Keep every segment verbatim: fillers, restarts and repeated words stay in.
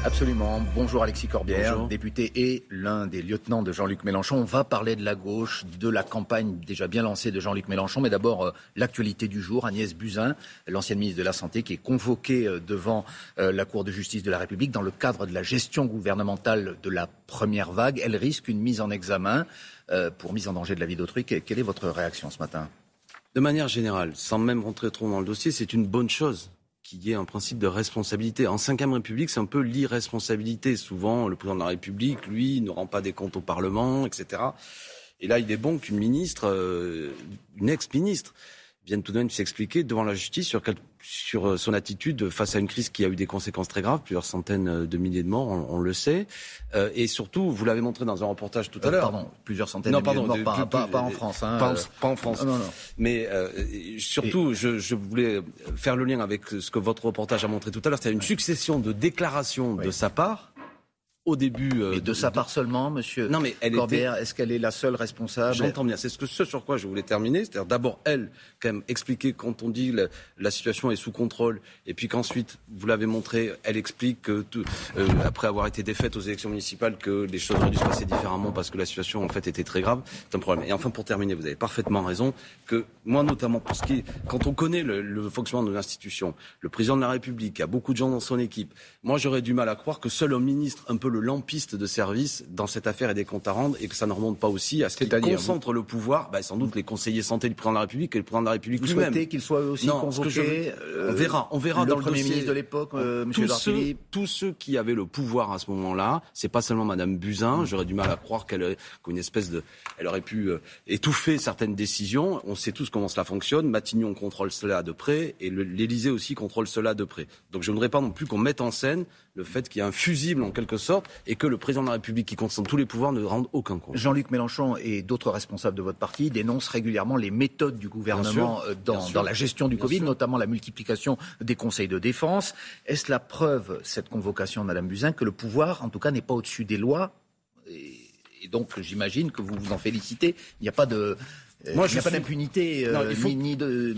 Absolument. Bonjour Alexis Corbière, Bonjour. Député et l'un des lieutenants de Jean-Luc Mélenchon. On va parler de la gauche, de la campagne déjà bien lancée de Jean-Luc Mélenchon. Mais d'abord, euh, l'actualité du jour. Agnès Buzyn, l'ancienne ministre de la Santé, qui est convoquée euh, devant euh, la Cour de justice de la République dans le cadre de la gestion gouvernementale de la première vague. Elle risque une mise en examen euh, pour mise en danger de la vie d'autrui. Quelle est votre réaction ce matin ? De manière générale, sans même rentrer trop dans le dossier, c'est une bonne chose qu'il y ait un principe de responsabilité. En cinquième République, c'est un peu l'irresponsabilité. Souvent, le président de la République, lui, ne rend pas des comptes au Parlement, et cetera. Et là, il est bon qu'une ministre, euh, une ex-ministre, vienne tout de même s'expliquer devant la justice sur, quel, sur son attitude face à une crise qui a eu des conséquences très graves, plusieurs centaines de milliers de morts, on, on le sait. Euh, et surtout, vous l'avez montré dans un reportage tout à euh, l'heure. Pardon, plusieurs centaines non, de milliers pardon, de morts, de, pas, plus, pas, pas en France. Hein, pas, en, euh... pas en France. Non, non. Mais euh, surtout, et... je, je voulais faire le lien avec ce que votre reportage a montré tout à l'heure. C'est une succession de déclarations oui. de sa part. Au début, euh, et de, de sa part seulement, Monsieur non, mais elle Corbière, était... est-ce qu'elle est la seule responsable ? J'entends bien. C'est ce, que, ce sur quoi je voulais terminer. C'est-à-dire d'abord, elle, quand même, expliquer quand on dit la, la situation est sous contrôle, et puis qu'ensuite, vous l'avez montré, elle explique que, tout, euh, après avoir été défaite aux élections municipales, que les choses auraient dû se passer différemment parce que la situation, en fait, était très grave. C'est un problème. Et enfin, pour terminer, vous avez parfaitement raison, que moi, notamment, pour ce qui est, quand on connaît le, le fonctionnement de l'institution, le président de la République, il y a beaucoup de gens dans son équipe, moi, j'aurais du mal à croire que seul un ministre, un peu le lampiste de service dans cette affaire et des comptes à rendre et que ça ne remonte pas aussi à ce qui concentre vous... le pouvoir, bah, sans doute les conseillers santé du président de la République et le président de la République vous lui-même. Vous souhaitez qu'il soit aussi non, convoqué je... On verra, on verra le dans le Premier dossier. ministre de l'époque, euh, M. Édouard Philippe. Tous ceux qui avaient le pouvoir à ce moment-là, c'est pas seulement Mme Buzyn, mmh. j'aurais du mal à croire qu'elle qu'une espèce de, elle aurait pu euh, étouffer certaines décisions. On sait tous comment cela fonctionne. Matignon contrôle cela de près et le, l'Élysée aussi contrôle cela de près. Donc je ne voudrais pas non plus qu'on mette en scène le fait qu'il y a un fusible en quelque sorte et que le président de la République qui concentre tous les pouvoirs ne rende aucun compte. Jean-Luc Mélenchon et d'autres responsables de votre parti dénoncent régulièrement les méthodes du gouvernement sûr, dans, dans la gestion du Covid, sûr. notamment la multiplication des conseils de défense. Est-ce la preuve, cette convocation de Mme Buzyn, que le pouvoir, en tout cas, n'est pas au-dessus des lois ? et, et donc, j'imagine que vous vous en félicitez. Il n'y a pas de, Moi, il n'y a pas suis... d'impunité, non, euh, il faut... ni, ni de...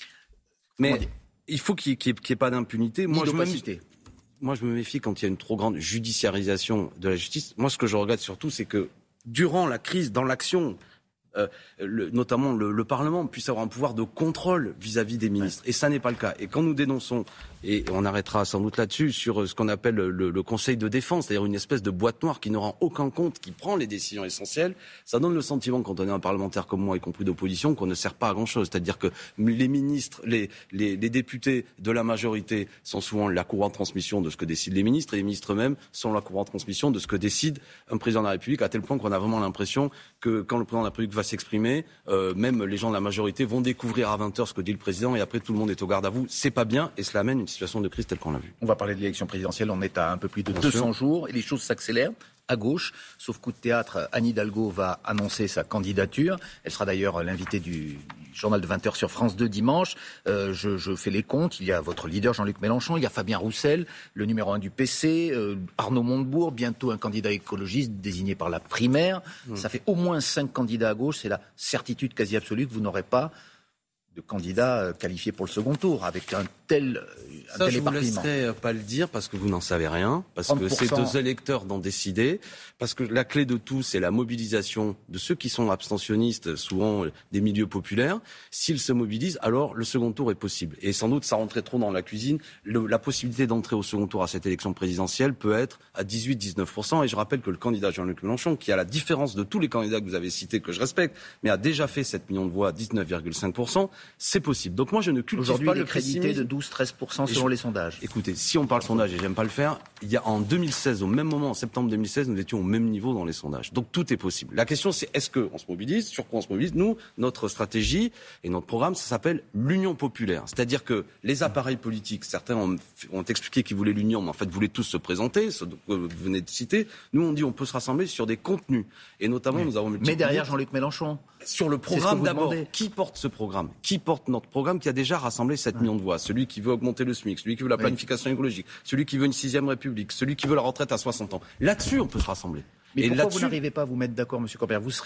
Mais il faut qu'il n'y ait, ait, ait pas d'impunité. Ni Moi, d'opacité. Je me... Moi, je me méfie quand il y a une trop grande judiciarisation de la justice. Moi, ce que je regrette surtout, c'est que durant la crise, dans l'action, euh, le, notamment le, le Parlement puisse avoir un pouvoir de contrôle vis-à-vis des ministres. Et ça n'est pas le cas. Et quand nous dénonçons, et on arrêtera sans doute là-dessus, sur ce qu'on appelle le, le Conseil de défense, c'est-à-dire une espèce de boîte noire qui ne rend aucun compte, qui prend les décisions essentielles, ça donne le sentiment, quand on est un parlementaire comme moi, y compris d'opposition, qu'on ne sert pas à grand-chose. C'est-à-dire que les ministres, les, les, les députés de la majorité sont souvent la courroie de transmission de ce que décident les ministres, et les ministres eux-mêmes sont la courroie de transmission de ce que décide un président de la République, à tel point qu'on a vraiment l'impression que quand le président de la République va s'exprimer, euh, même les gens de la majorité vont découvrir à vingt heures ce que dit le président, et après tout le monde est au garde à vous. C'est pas bien, et cela amène une situation de crise telle qu'on l'a vue. On va parler de l'élection présidentielle, on est à un peu plus de Bien deux cents sûr. jours, et les choses s'accélèrent à gauche. Sauf coup de théâtre, Anne Hidalgo va annoncer sa candidature. Elle sera d'ailleurs l'invitée du journal de vingt heures sur France deux dimanche. Euh, je, je fais les comptes. Il y a votre leader Jean-Luc Mélenchon, il y a Fabien Roussel, le numéro un du P C, euh, Arnaud Montebourg, bientôt un candidat écologiste désigné par la primaire. Mmh. Ça fait au moins cinq candidats à gauche. C'est la certitude quasi absolue que vous n'aurez pas de candidats qualifiés pour le second tour, avec un tel, un Ça, tel je éparpillement. Je ne vous laisserai pas le dire, parce que vous n'en savez rien, parce que ces deux électeurs d'ont décidé, parce que la clé de tout, c'est la mobilisation de ceux qui sont abstentionnistes, souvent des milieux populaires. S'ils se mobilisent, alors le second tour est possible. Et sans doute, ça rentrait trop dans la cuisine, le, la possibilité d'entrer au second tour à cette élection présidentielle peut être à dix-huit à dix-neuf pour cent. Et je rappelle que le candidat Jean-Luc Mélenchon, qui a la différence de tous les candidats que vous avez cités, que je respecte, mais a déjà fait sept millions de voix, dix-neuf virgule cinq pour cent, c'est possible. Donc moi, je ne cultive Aujourd'hui, pas il est le crédité pessimisme. de douze à treize pour cent selon je... les sondages. Écoutez, si on parle sondage, et j'aime pas le faire, il y a en deux mille seize, au même moment, en septembre deux mille seize, nous étions au même niveau dans les sondages. Donc tout est possible. La question, c'est est-ce qu'on se mobilise ? Sur quoi on se mobilise ? Nous, notre stratégie et notre programme, ça s'appelle l'union populaire. C'est-à-dire que les appareils politiques, certains ont, ont expliqué qu'ils voulaient l'union, mais en fait, voulaient tous se présenter, ce que vous venez de citer. Nous, on dit on peut se rassembler sur des contenus. Et notamment, oui. nous avons multiplié... Mais derrière Jean-Luc Mélenchon. Sur le programme d'abord. Demandez. Qui porte ce programme ? Qui porte notre programme qui a déjà rassemblé sept millions de voix ? Celui qui veut augmenter le SMIC, celui qui veut la planification oui. écologique, celui qui veut une sixième République, celui qui veut la retraite à soixante ans. Là-dessus, on peut se rassembler. Mais et pourquoi là-dessus... vous n'arrivez pas à vous mettre d'accord, M. Corbière ? Vous serez cette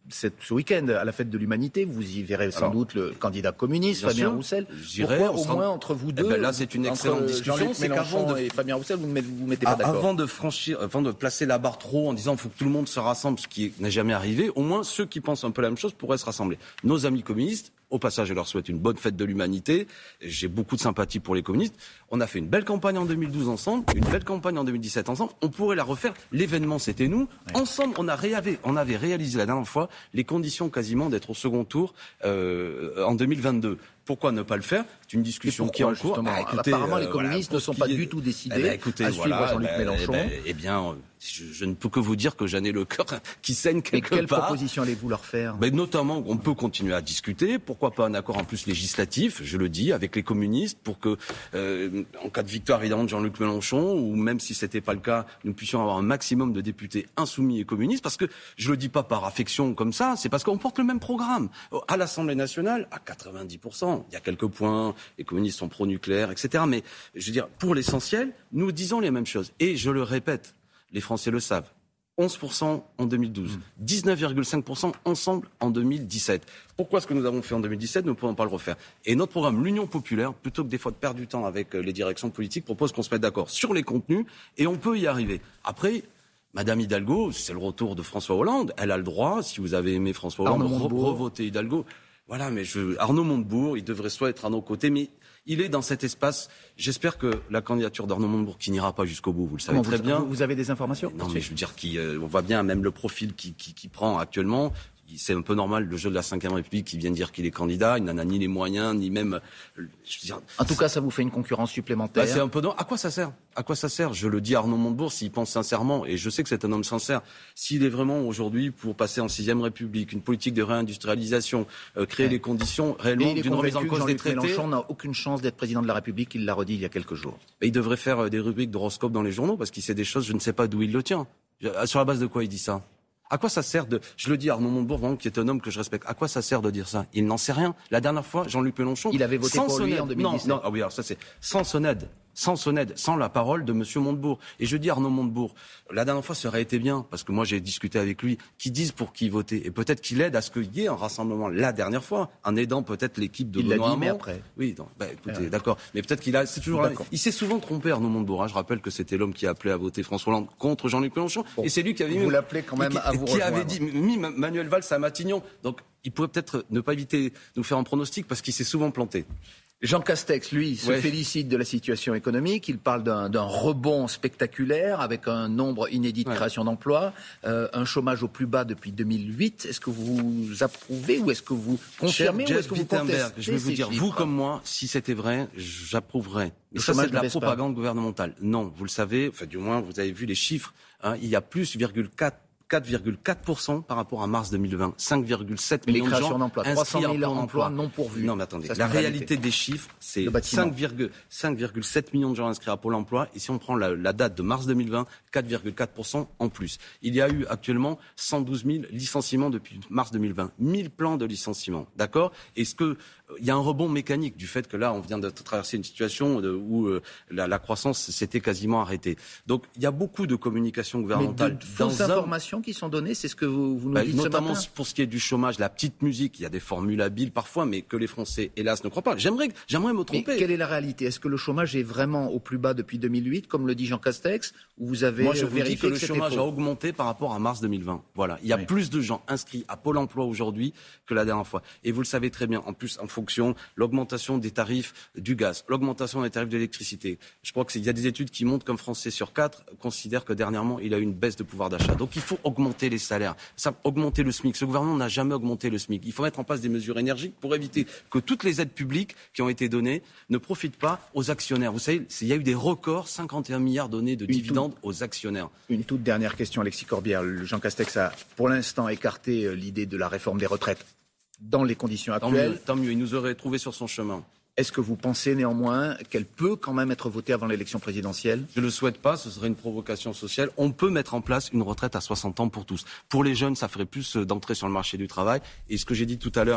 cette, ce week-end à la fête de l'humanité. Vous y verrez sans Alors, doute le candidat communiste, Fabien sûr, Roussel. J'irai, Pourquoi au sera... moins entre vous deux, eh ben là c'est une excellente discussion. C'est qu'avant de... et Fabien Roussel, vous ne mettez, vous mettez pas d'accord. Avant de franchir, avant de placer la barre trop en disant il faut que tout le monde se rassemble, ce qui n'est jamais arrivé, au moins ceux qui pensent un peu la même chose pourraient se rassembler. Nos amis communistes, au passage, je leur souhaite une bonne fête de l'humanité. J'ai beaucoup de sympathie pour les communistes. On a fait une belle campagne en deux mille douze ensemble, une belle campagne en deux mille dix-sept ensemble. On pourrait la refaire. L'événement, c'était nous. Ouais. Ensemble, on, a réavé, on avait réalisé la dernière fois les conditions quasiment d'être au second tour euh, en deux mille vingt-deux. Pourquoi ne pas le faire? C'est une discussion pourquoi, qui est en cours. Ah, écoutez, apparemment, euh, les communistes voilà, ne sont pas est... du tout décidés eh ben, écoutez, à suivre voilà, Jean-Luc ben, Mélenchon. Eh, ben, eh bien, je, je ne peux que vous dire que j'en ai le cœur qui saigne quelque part. Mais quelle part. proposition allez-vous leur faire? ben, Notamment, on peut continuer à discuter. Pourquoi pas un accord en plus législatif, je le dis, avec les communistes, pour que, euh, en cas de victoire évidemment de Jean-Luc Mélenchon, ou même si c'était pas le cas, nous puissions avoir un maximum de députés insoumis et communistes, parce que je le dis pas par affection comme ça, c'est parce qu'on porte le même programme. À l'Assemblée nationale, à quatre-vingt-dix pour cent, il y a quelques points, les communistes sont pro-nucléaire, et cetera. Mais je veux dire, pour l'essentiel, nous disons les mêmes choses. Et je le répète, les Français le savent. onze pour cent en deux mille douze, dix-neuf virgule cinq pour cent ensemble en deux mille dix-sept. Pourquoi ce que nous avons fait en deux mille dix-sept, nous ne pouvons pas le refaire? Et notre programme, l'Union populaire, plutôt que des fois de perdre du temps avec les directions politiques, propose qu'on se mette d'accord sur les contenus et on peut y arriver. Après, Madame Hidalgo, c'est le retour de François Hollande, elle a le droit, si vous avez aimé François Hollande, re- revoter Hidalgo. Voilà, mais je... Arnaud Montebourg, il devrait soit être à nos côtés, mais il est dans cet espace. J'espère que la candidature d'Arnaud Montebourg, qui n'ira pas jusqu'au bout, vous le savez Comment très vous, bien. Vous avez des informations? Non, mais je veux dire, qui, euh, on voit bien même le profil qu'il qui, qui prend actuellement. C'est un peu normal, le jeu de la cinquième République, qui vient dire qu'il est candidat, il n'en a ni les moyens, ni même... Je veux dire, en tout cas, ça vous fait une concurrence supplémentaire. Bah, c'est un peu... À quoi ça sert? À quoi ça sert? Je le dis à Arnaud Montebourg, s'il pense sincèrement, et je sais que c'est un homme sincère, s'il est vraiment aujourd'hui pour passer en sixième République, une politique de réindustrialisation, euh, créer ouais. les conditions réellement d'une remise en cause des traités... Mélenchon n'a aucune chance d'être président de la République, il l'a redit il y a quelques jours. Et il devrait faire des rubriques d'horoscope dans les journaux, parce qu'il sait des choses, je ne sais pas d'où il le tient. Sur la base de quoi il dit ça? À quoi ça sert de... Je le dis à Arnaud Montebourg, qui est un homme que je respecte. À quoi ça sert de dire ça? Il n'en sait rien. La dernière fois, Jean-Luc Mélenchon... Il avait voté pour lui en deux mille dix-sept. Non, non, ah oui, alors ça c'est sans sonnette. Sans sonnette, sans la parole de Monsieur Montebourg. Et je dis Arnaud Montebourg, la dernière fois ça aurait été bien, parce que moi j'ai discuté avec lui, qu'ils disent pour qui voter. Et peut-être qu'il aide à ce qu'il y ait un rassemblement la dernière fois, en aidant peut-être l'équipe de il Benoît Hamon. Il l'a dit, mais après. Oui, donc, bah, écoutez, ouais. d'accord. Mais peut-être qu'il a... C'est toujours... Il s'est souvent trompé, Arnaud Montebourg. Hein. Je rappelle que c'était l'homme qui a appelé à voter François Hollande contre Jean-Luc Mélenchon. Bon. Et c'est lui qui avait Vous mis... l'appelez quand même qui, à vous qui rejoindre. avait dit, mis Manuel Valls à Matignon. Donc, il pourrait peut-être ne pas éviter de nous faire un pronostic, parce qu'il s'est souvent planté. Jean Castex, lui, se ouais. félicite de la situation économique. Il parle d'un, d'un rebond spectaculaire avec un nombre inédit de ouais. créations d'emplois, euh, un chômage au plus bas depuis deux mille huit. Est-ce que vous approuvez ou est-ce que vous confirmez Cher ou est-ce que vous contestez? Je vais vous dire, chiffres. Vous comme moi, si c'était vrai, j'approuverais. Mais ça, c'est de la pas. propagande gouvernementale. Non, vous le savez, enfin, du moins, vous avez vu les chiffres. Hein, il y a plus virgule quatre quatre virgule quatre pour cent par rapport à mars deux mille vingt, cinq virgule sept millions de gens d'emplois, trois cent mille emplois non pourvus. Non mais attendez, ça, la réalité des chiffres, c'est cinq virgule sept millions de gens inscrits à Pôle emploi, et si on prend la, la date de mars deux mille vingt, quatre virgule quatre pour cent en plus. Il y a eu actuellement cent douze mille licenciements depuis mars deux mille vingt, mille plans de licenciement, d'accord? Est-ce que il y a un rebond mécanique du fait que là, on vient de traverser une situation de, où euh, la, la croissance s'était quasiment arrêtée. Donc, il y a beaucoup de communication gouvernementale. Mais de fausses informations un... qui sont données, c'est ce que vous, vous nous bah, dites notamment ce matin. Pour ce qui est du chômage, la petite musique, il y a des formules habiles parfois, mais que les Français, hélas, ne croient pas. J'aimerais, j'aimerais me tromper. Mais quelle est la réalité? Est-ce que le chômage est vraiment au plus bas depuis deux mille huit, comme le dit Jean Castex, ou vous avez Moi, je vérifié vous dis que, que le chômage faux. a augmenté par rapport à mars deux mille vingt. Voilà. Il y a oui. plus de gens inscrits à Pôle emploi aujourd'hui que la dernière fois. Et vous le savez très bien. En plus, en fonction, l'augmentation des tarifs du gaz, l'augmentation des tarifs de l'électricité. Je crois qu'il y a des études qui montrent qu'un Français sur quatre considère que dernièrement, il a eu une baisse de pouvoir d'achat. Donc il faut augmenter les salaires, ça, augmenter le SMIC. Ce gouvernement n'a jamais augmenté le SMIC. Il faut mettre en place des mesures énergiques pour éviter que toutes les aides publiques qui ont été données ne profitent pas aux actionnaires. Vous savez, il y a eu des records, cinquante et un milliards donnés de une dividendes toute, aux actionnaires. Une toute dernière question, Alexis Corbière. Jean Castex a pour l'instant écarté l'idée de la réforme des retraites dans les conditions actuelles. Tant mieux, tant mieux, il nous aurait trouvé sur son chemin. Est-ce que vous pensez néanmoins qu'elle peut quand même être votée avant l'élection présidentielle? Je ne le souhaite pas, ce serait une provocation sociale. On peut mettre en place une retraite à soixante ans pour tous. Pour les jeunes, ça ferait plus d'entrée sur le marché du travail. Et ce que j'ai dit tout à l'heure,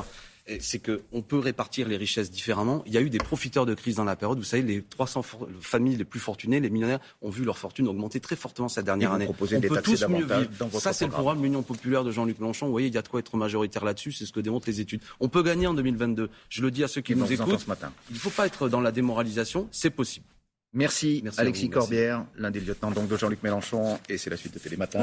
c'est qu'on peut répartir les richesses différemment. Il y a eu des profiteurs de crise dans la période. Vous savez, les trois cents for- familles les plus fortunées, les millionnaires, ont vu leur fortune augmenter très fortement cette dernière année. On peut tous mieux vivre. Ça, c'est le programme de l'Union populaire de Jean-Luc Mélenchon. Vous voyez, il y a de quoi être majoritaire là-dessus. C'est ce que démontrent les études. On peut gagner en deux mille vingt-deux. Je le dis à ceux qui nous écoutent. Ce matin. Il ne faut pas être dans la démoralisation. C'est possible. Merci, Merci Alexis vous, Corbière, merci. L'un des lieutenants donc de Jean-Luc Mélenchon. Et c'est la suite de Télématin.